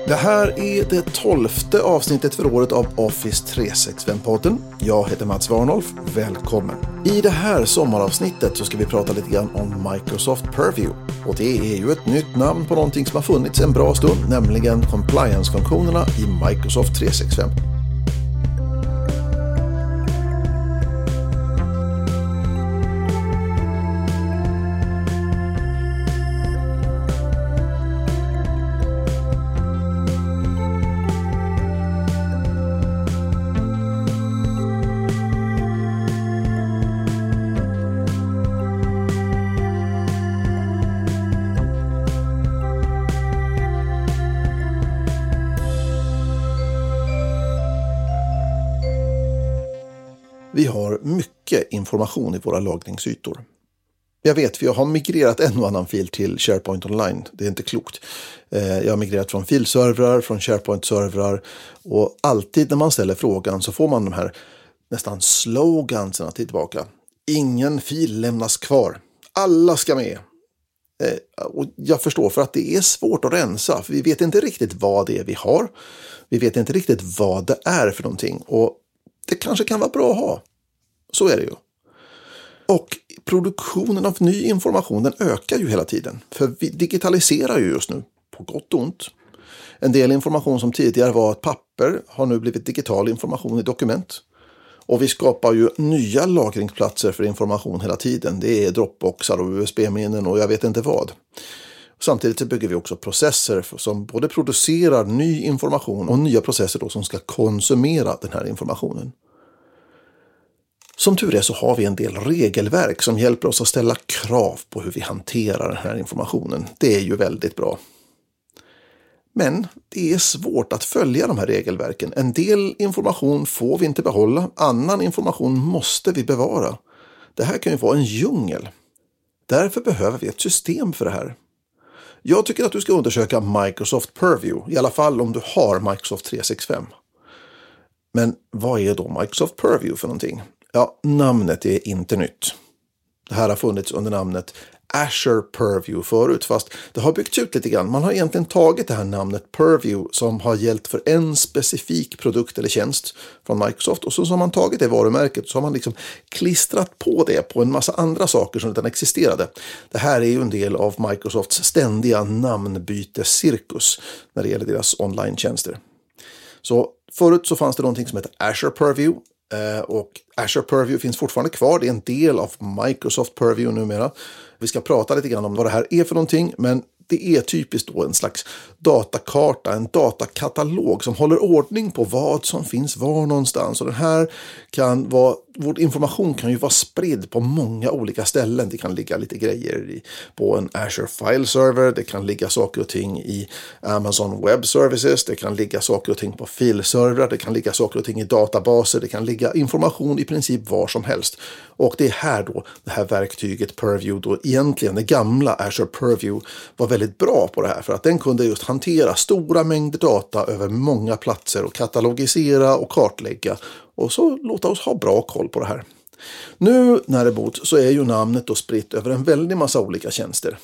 Det här är det 12:e avsnittet för året av Office 365-podden. Jag heter Mats Warnolf, välkommen. I det här sommaravsnittet så ska vi prata lite grann om Microsoft Purview. Och det är ju ett nytt namn på någonting som har funnits en bra stund, nämligen compliance-funktionerna i Microsoft 365. Vi har mycket information i våra lagringsytor. Jag vet, vi har migrerat en och annan fil till SharePoint Online. Det är inte klokt. Jag har migrerat från filservrar, från SharePoint-servrar. Och alltid när man ställer frågan så får man de här nästan sloganserna tillbaka. Ingen fil lämnas kvar. Alla ska med. Och jag förstår, för att det är svårt att rensa. För vi vet inte riktigt vad det är vi har. Vi vet inte riktigt vad det är för någonting. Och det kanske kan vara bra att ha. Så är det ju. Och produktionen av ny information, den ökar ju hela tiden. För vi digitaliserar ju just nu, på gott och ont. En del information som tidigare var ett papper har nu blivit digital information i dokument. Och vi skapar ju nya lagringsplatser för information hela tiden. Det är Dropboxar och USB-minnen och jag vet inte vad. Samtidigt så bygger vi också processer som både producerar ny information och nya processer då som ska konsumera den här informationen. Som tur är så har vi en del regelverk som hjälper oss att ställa krav på hur vi hanterar den här informationen. Det är ju väldigt bra. Men det är svårt att följa de här regelverken. En del information får vi inte behålla, annan information måste vi bevara. Det här kan ju vara en djungel. Därför behöver vi ett system för det här. Jag tycker att du ska undersöka Microsoft Purview, i alla fall om du har Microsoft 365. Men vad är då Microsoft Purview för någonting? Ja, namnet är inte nytt. Det här har funnits under namnet Azure Purview förut, fast det har byggts ut lite grann. Man har egentligen tagit det här namnet Purview som har gällt för en specifik produkt eller tjänst från Microsoft, och så har man tagit det varumärket så har man liksom klistrat på det på en massa andra saker som redan existerade. Det här är ju en del av Microsofts ständiga namnbytescirkus när det gäller deras online-tjänster. Så förut så fanns det någonting som heter Azure Purview. Och Azure Purview finns fortfarande kvar. Det är en del av Microsoft Purview numera. Vi ska prata lite grann om vad det här är för någonting, men det är typiskt då en slags datakarta, en datakatalog som håller ordning på vad som finns var någonstans. Och den här kan vara, vår information kan ju vara spridd på många olika ställen. Det kan ligga lite grejer på en Azure File Server, det kan ligga saker och ting i Amazon Web Services, det kan ligga saker och ting på filservrar, det kan ligga saker och ting i databaser, det kan ligga information i princip var som helst. Och det är här då det här verktyget Purview då egentligen, det gamla Azure Purview var väldigt bra på det här, för att den kunde just hantera stora mängder data över många platser och katalogisera och kartlägga och så låta oss ha bra koll på det här. Nu när det bort så är ju namnet då spritt över en väldig massa olika tjänster.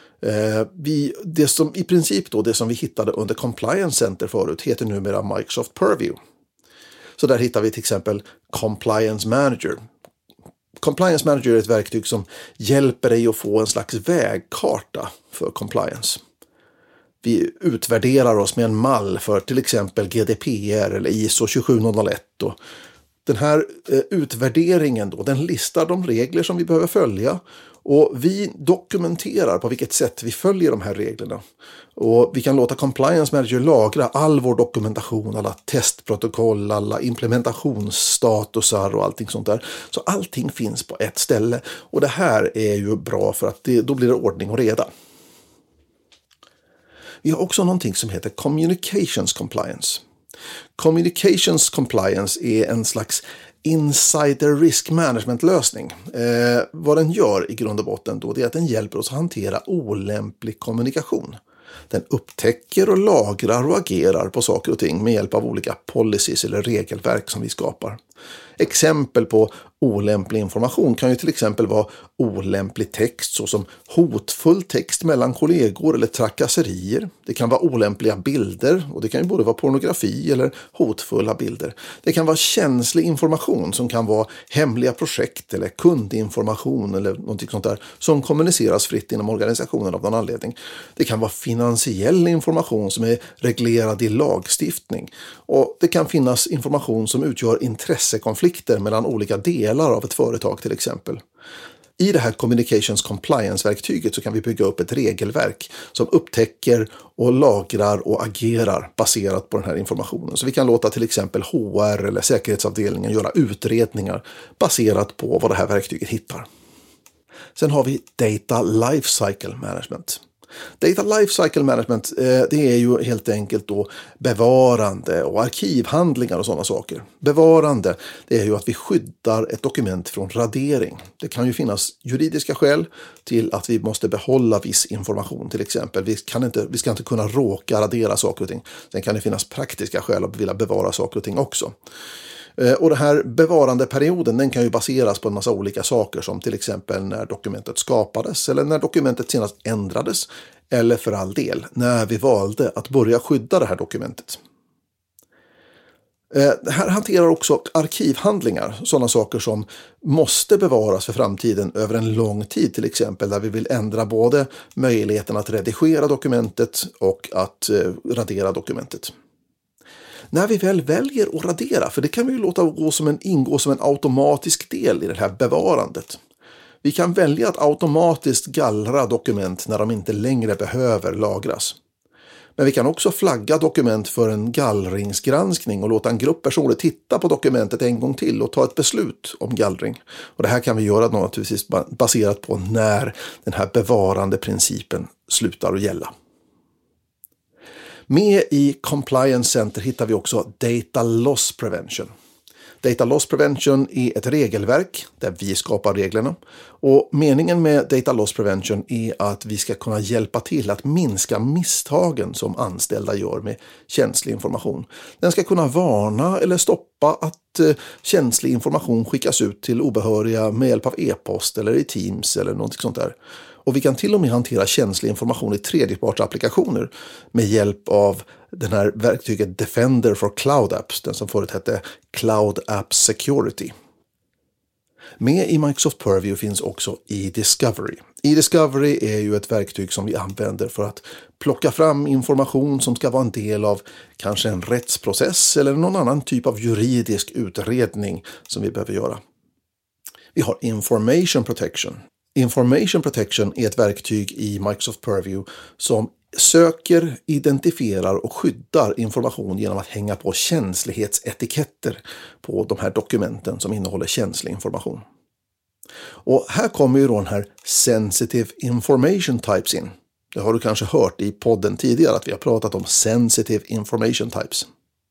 Det som i princip då det som vi hittade under Compliance Center förut heter numera Microsoft Purview. Så där hittar vi till exempel Compliance Manager. Compliance Manager är ett verktyg som hjälper dig att få en slags vägkarta för compliance. Vi utvärderar oss med en mall för till exempel GDPR eller ISO 27001. Och den här utvärderingen då, den listar de regler som vi behöver följa och vi dokumenterar på vilket sätt vi följer de här reglerna. Och vi kan låta Compliance Manager lagra all vår dokumentation, alla testprotokoll, alla implementationsstatusar och allting sånt där. Så allting finns på ett ställe och det här är ju bra för att då blir det ordning och reda. Vi har också någonting som heter Communications Compliance. Communications Compliance är en slags insider risk management-lösning. Vad den gör i grund och botten då, det är att den hjälper oss att hantera olämplig kommunikation. Den upptäcker och lagrar och agerar på saker och ting med hjälp av olika policies eller regelverk som vi skapar. Exempel på olämplig information kan ju till exempel vara olämplig text såsom hotfull text mellan kollegor eller trakasserier. Det kan vara olämpliga bilder och det kan ju både vara pornografi eller hotfulla bilder. Det kan vara känslig information som kan vara hemliga projekt eller kundinformation eller någonting sånt där som kommuniceras fritt inom organisationen av någon anledning. Det kan vara finansiell information som är reglerad i lagstiftning och det kan finnas information som utgör intressekonflikter mellan olika delar av ett företag till exempel. I det här Communications Compliance-verktyget så kan vi bygga upp ett regelverk som upptäcker och lagrar och agerar baserat på den här informationen. Så vi kan låta till exempel HR eller säkerhetsavdelningen göra utredningar baserat på vad det här verktyget hittar. Sen har vi Data Lifecycle Management. Data Lifecycle Management det är ju helt enkelt då bevarande och arkivhandlingar och sådana saker. Bevarande det är ju att vi skyddar ett dokument från radering. Det kan ju finnas juridiska skäl till att vi måste behålla viss information till exempel. Vi ska inte kunna råka radera saker och ting. Sen kan det finnas praktiska skäl att vilja bevara saker och ting också. Och den här bevarandeperioden den kan ju baseras på en massa olika saker som till exempel när dokumentet skapades eller när dokumentet senast ändrades eller för all del när vi valde att börja skydda det här dokumentet. Det här hanterar också arkivhandlingar, sådana saker som måste bevaras för framtiden över en lång tid till exempel där vi vill ändra både möjligheten att redigera dokumentet och att radera dokumentet. När vi väl väljer att radera, för det kan vi ju låta ingå som en automatisk del i det här bevarandet. Vi kan välja att automatiskt gallra dokument när de inte längre behöver lagras. Men vi kan också flagga dokument för en gallringsgranskning och låta en grupp personer titta på dokumentet en gång till och ta ett beslut om gallring. Och det här kan vi göra naturligtvis baserat på när den här bevarande principen slutar att gälla. Med i Compliance Center hittar vi också Data Loss Prevention. Data Loss Prevention är ett regelverk där vi skapar reglerna. Och meningen med Data Loss Prevention är att vi ska kunna hjälpa till att minska misstagen som anställda gör med känslig information. Den ska kunna varna eller stoppa att känslig information skickas ut till obehöriga med hjälp av e-post eller i Teams eller något sånt där. Och vi kan till och med hantera känslig information i tredjepartsapplikationer med hjälp av den här verktyget Defender for Cloud Apps, den som förut hette Cloud App Security. Med i Microsoft Purview finns också eDiscovery. eDiscovery är ju ett verktyg som vi använder för att plocka fram information som ska vara en del av kanske en rättsprocess eller någon annan typ av juridisk utredning som vi behöver göra. Vi har Information Protection. Information Protection är ett verktyg i Microsoft Purview som söker, identifierar och skyddar information genom att hänga på känslighetsetiketter på de här dokumenten som innehåller känslig information. Och här kommer ju då den här Sensitive Information Types in. Det har du kanske hört i podden tidigare att vi har pratat om Sensitive Information Types.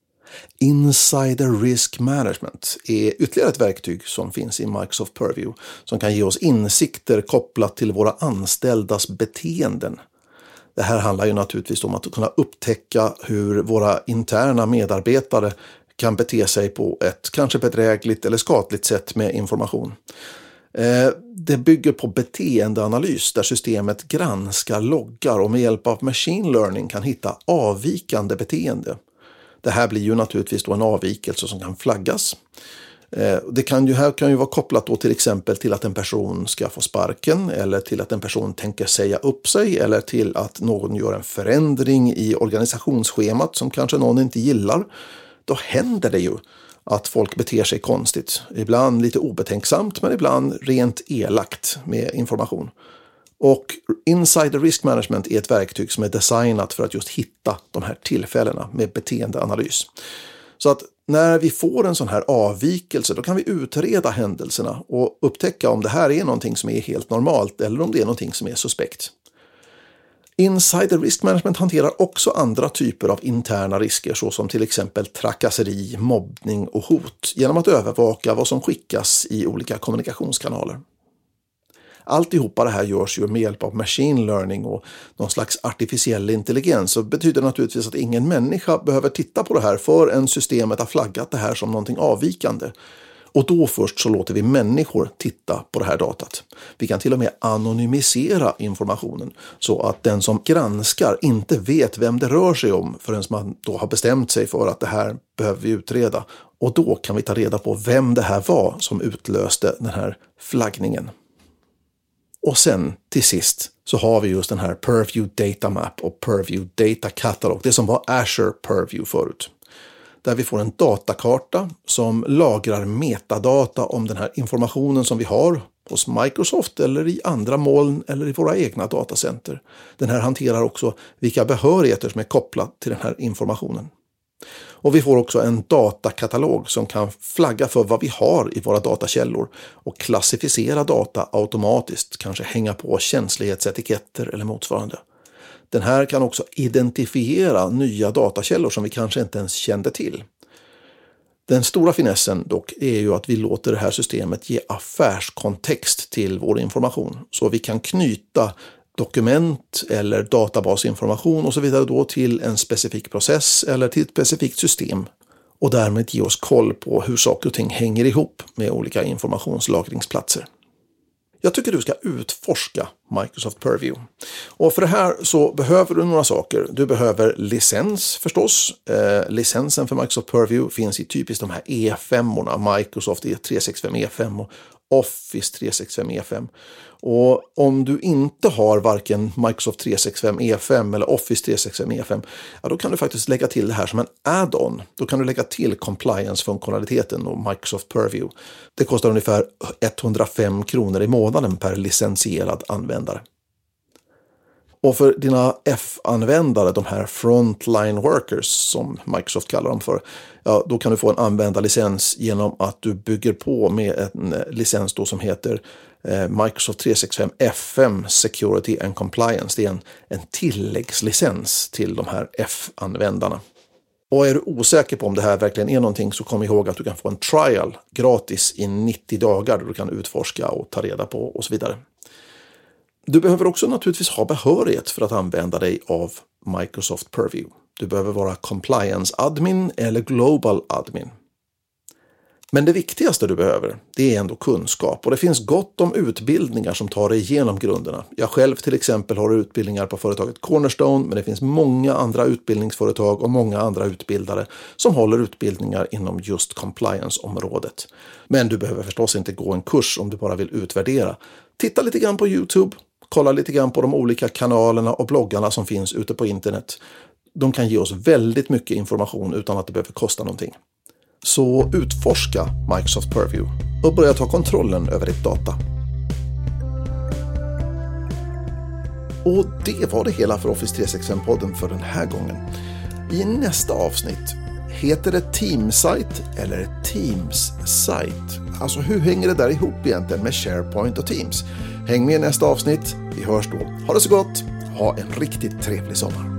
Insider Risk Management är ytterligare ett verktyg som finns i Microsoft Purview som kan ge oss insikter kopplat till våra anställdas beteenden. Det här handlar ju naturligtvis om att kunna upptäcka hur våra interna medarbetare kan bete sig på ett kanske bedrägligt eller skadligt sätt med information. Det bygger på beteendeanalys där systemet granskar loggar och med hjälp av machine learning kan hitta avvikande beteende. Det här blir ju naturligtvis då en avvikelse som kan flaggas. Det här kan ju vara kopplat då till exempel till att en person ska få sparken eller till att en person tänker säga upp sig eller till att någon gör en förändring i organisationsschemat som kanske någon inte gillar. Då händer det ju att folk beter sig konstigt. Ibland lite obetänksamt men ibland rent elakt med information. Och Insider Risk Management är ett verktyg som är designat för att just hitta de här tillfällena med beteendeanalys. Så att när vi får en sån här avvikelse då kan vi utreda händelserna och upptäcka om det här är någonting som är helt normalt eller om det är någonting som är suspekt. Insider Risk Management hanterar också andra typer av interna risker såsom till exempel trakasseri, mobbning och hot genom att övervaka vad som skickas i olika kommunikationskanaler. Alltihopa det här görs ju med hjälp av machine learning och någon slags artificiell intelligens. Så betyder naturligtvis att ingen människa behöver titta på det här förrän systemet har flaggat det här som någonting avvikande. Och då först så låter vi människor titta på det här datat. Vi kan till och med anonymisera informationen så att den som granskar inte vet vem det rör sig om förrän man då har bestämt sig för att det här behöver vi utreda. Och då kan vi ta reda på vem det här var som utlöste den här flaggningen. Och sen till sist så har vi just den här Purview Data Map och Purview Data Catalog. Det som var Azure Purview förut. Där vi får en datakarta som lagrar metadata om den här informationen som vi har hos Microsoft eller i andra moln eller i våra egna datacenter. Den här hanterar också vilka behörigheter som är kopplat till den här informationen. Och vi får också en datakatalog som kan flagga för vad vi har i våra datakällor och klassificera data automatiskt, kanske hänga på känslighetsetiketter eller motsvarande. Den här kan också identifiera nya datakällor som vi kanske inte ens kände till. Den stora finessen dock är ju att vi låter det här systemet ge affärskontext till vår information. Så vi kan knyta dokument eller databasinformation och så vidare då till en specifik process eller till ett specifikt system. Och därmed ge oss koll på hur saker och ting hänger ihop med olika informationslagringsplatser. Jag tycker du ska utforska Microsoft Purview. Och för det här så behöver du några saker. Du behöver licens förstås. Licensen för Microsoft Purview finns i typiskt de här E5-orna. Microsoft 365 E5 och Office 365 E5. Och om du inte har varken Microsoft 365 E5 eller Office 365 E5, ja, då kan du faktiskt lägga till det här som en add-on. Då kan du lägga till compliance-funktionaliteten och Microsoft Purview. Det kostar ungefär 105 kronor i månaden per licensierad användare. Och för dina F-användare, de här frontline workers som Microsoft kallar dem för, ja, då kan du få en användarlicens genom att du bygger på med en licens då som heter Microsoft 365 FM Security and Compliance. Det är en tilläggslicens till de här F-användarna. Och är du osäker på om det här verkligen är någonting så kom ihåg att du kan få en trial gratis i 90 dagar där du kan utforska och ta reda på och så vidare. Du behöver också naturligtvis ha behörighet för att använda dig av Microsoft Purview. Du behöver vara Compliance Admin eller Global Admin. Men det viktigaste du behöver, det är ändå kunskap. Och det finns gott om utbildningar som tar dig igenom grunderna. Jag själv till exempel har utbildningar på företaget Cornerstone, men det finns många andra utbildningsföretag och många andra utbildare som håller utbildningar inom just compliance-området. Men du behöver förstås inte gå en kurs om du bara vill utvärdera. Titta lite grann på YouTube, kolla lite grann på de olika kanalerna och bloggarna som finns ute på internet. De kan ge oss väldigt mycket information utan att det behöver kosta någonting. Så utforska Microsoft Purview och börja ta kontrollen över ditt data. Och det var det hela för Office 365-podden för den här gången. I nästa avsnitt, heter det Teamsite eller Teams-site? Alltså hur hänger det där ihop egentligen med SharePoint och Teams? Häng med i nästa avsnitt, vi hörs då. Ha det så gott, ha en riktigt trevlig sommar.